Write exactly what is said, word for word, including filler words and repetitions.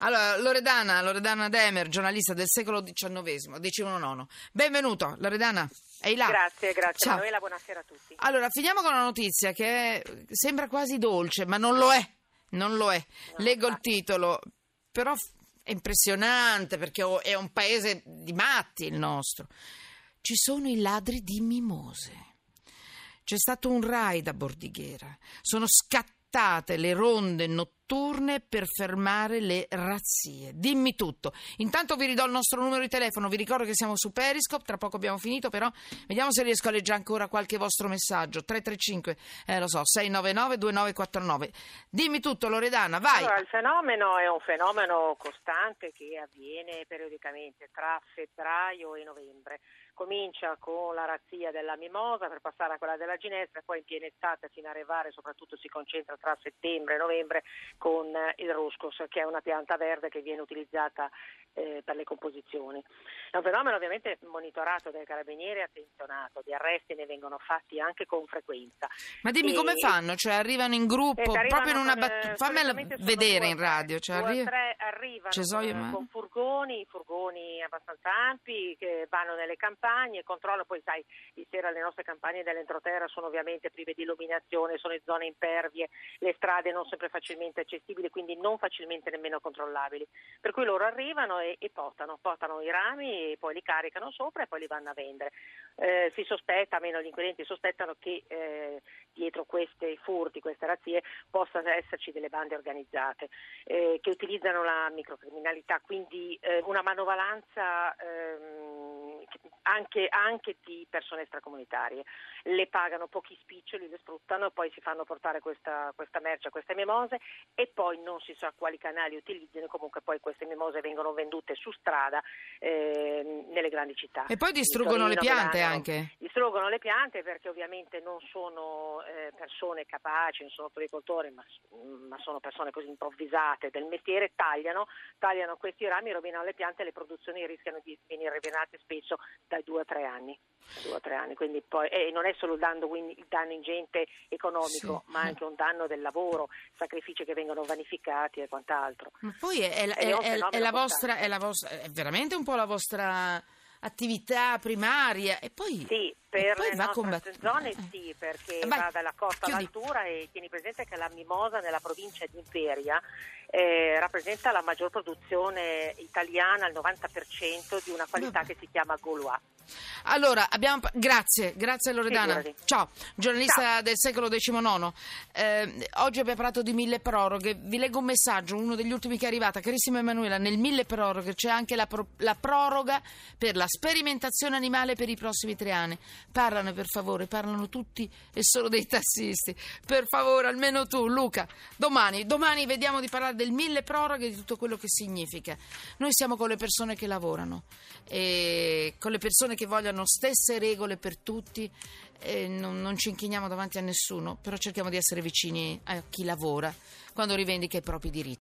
Allora, Loredana, Loredana Demer, giornalista del secolo diciannovesimo, diciannove. Benvenuto, Loredana. Ehi là. Grazie, grazie Ciao. Manuela, buonasera a tutti. Allora, finiamo con una notizia che è- sembra quasi dolce, ma non lo è, non lo è. No, Leggo il infatti. titolo, però f- è impressionante perché o- è un paese di matti il nostro. Ci sono i ladri di mimose. C'è stato un raid a Bordighera. Sono scattate le ronde notturne per fermare le razzie. Dimmi tutto. Intanto vi ridò il nostro numero di telefono. Vi ricordo che siamo su Periscope. Tra poco abbiamo finito, però vediamo se riesco a leggere ancora qualche vostro messaggio. tre tre cinque, eh, lo so, sei nove nove due nove quattro nove. Dimmi tutto, Loredana, vai. Allora, il fenomeno è un fenomeno costante che avviene periodicamente tra febbraio e novembre. Comincia con la razzia della mimosa per passare a quella della ginestra, poi in piena estate fino ad arrivare, soprattutto si concentra tra settembre e novembre con il ruscos, che è una pianta verde che viene utilizzata eh, per le composizioni. È un fenomeno ovviamente monitorato dai carabinieri e attenzionato, di arresti ne vengono fatti anche con frequenza. Ma dimmi E- come fanno? Cioè arrivano in gruppo, Senti, arrivano proprio in una con, eh, battuta. Fammela solitamente sono vedere due o in tre, radio. Cioè, due o arri- tre arrivano Cesoio, con, ma- con furgoni, furgoni abbastanza ampi che vanno nelle campagne, controllano, poi sai, di sera le nostre campagne dell'entroterra sono ovviamente prive di illuminazione, sono in zone impervie, le strade non sempre facilmente accessibili, quindi non facilmente nemmeno controllabili. Per cui loro arrivano e, e portano, portano i rami e poi li caricano sopra e poi li vanno a vendere. Eh, si sospetta, almeno gli inquirenti sospettano che eh, dietro questi furti, queste razzie, possano esserci delle bande organizzate eh, che utilizzano la microcriminalità, quindi eh, una manovalanza ehm, anche, anche di persone extracomunitarie. Le pagano pochi spiccioli, le sfruttano, poi si fanno portare questa, questa merce, queste mimose, e poi non si sa quali canali utilizzino. Comunque poi queste mimose vengono vendute su strada eh, nelle grandi città. E poi distruggono Torino, le piante Milano. anche. Distruggono le piante perché ovviamente non sono eh, persone capaci, non sono floricoltori, ma, ma sono persone così improvvisate del mestiere, tagliano, tagliano questi rami, rovinano le piante e le produzioni rischiano di venire rovinate spesso dai due a tre anni. Due o tre anni, quindi poi e non è solo il danno, quindi il danno ingente economico, Sì. ma anche un danno del lavoro, sacrifici che vengono vanificati e quant'altro. Ma poi è, è la- Ed è un è- è- è fenomeno la costante. vostra, è la vostra, è veramente un po' la vostra attività primaria. E poi, Sì, e per poi le va a nostre combattere. zone sì, perché Eh, vai, va dalla costa chiudi. all'altura, e tieni presente che la mimosa nella provincia di Imperia eh, rappresenta la maggior produzione italiana, il novanta per cento, di una qualità Vabbè. che si chiama Gaulois. Allora, abbiamo, grazie, grazie Loredana. Figurati. Ciao, giornalista Ciao. del secolo diciannove. Eh, oggi abbiamo parlato di mille proroghe. Vi leggo un messaggio, uno degli ultimi che è arrivata. Carissima Emanuela, nel mille proroghe c'è anche la, pro- la proroga per la sperimentazione animale per i prossimi tre anni. Parlano, per favore, parlano tutti e solo dei tassisti. Per favore, almeno tu, Luca. Domani, domani vediamo di parlare del mille proroghe e di tutto quello che significa. Noi siamo con le persone che lavorano e con le persone che vogliono stesse regole per tutti, e non, non ci inchiniamo davanti a nessuno, però cerchiamo di essere vicini a chi lavora quando rivendica i propri diritti.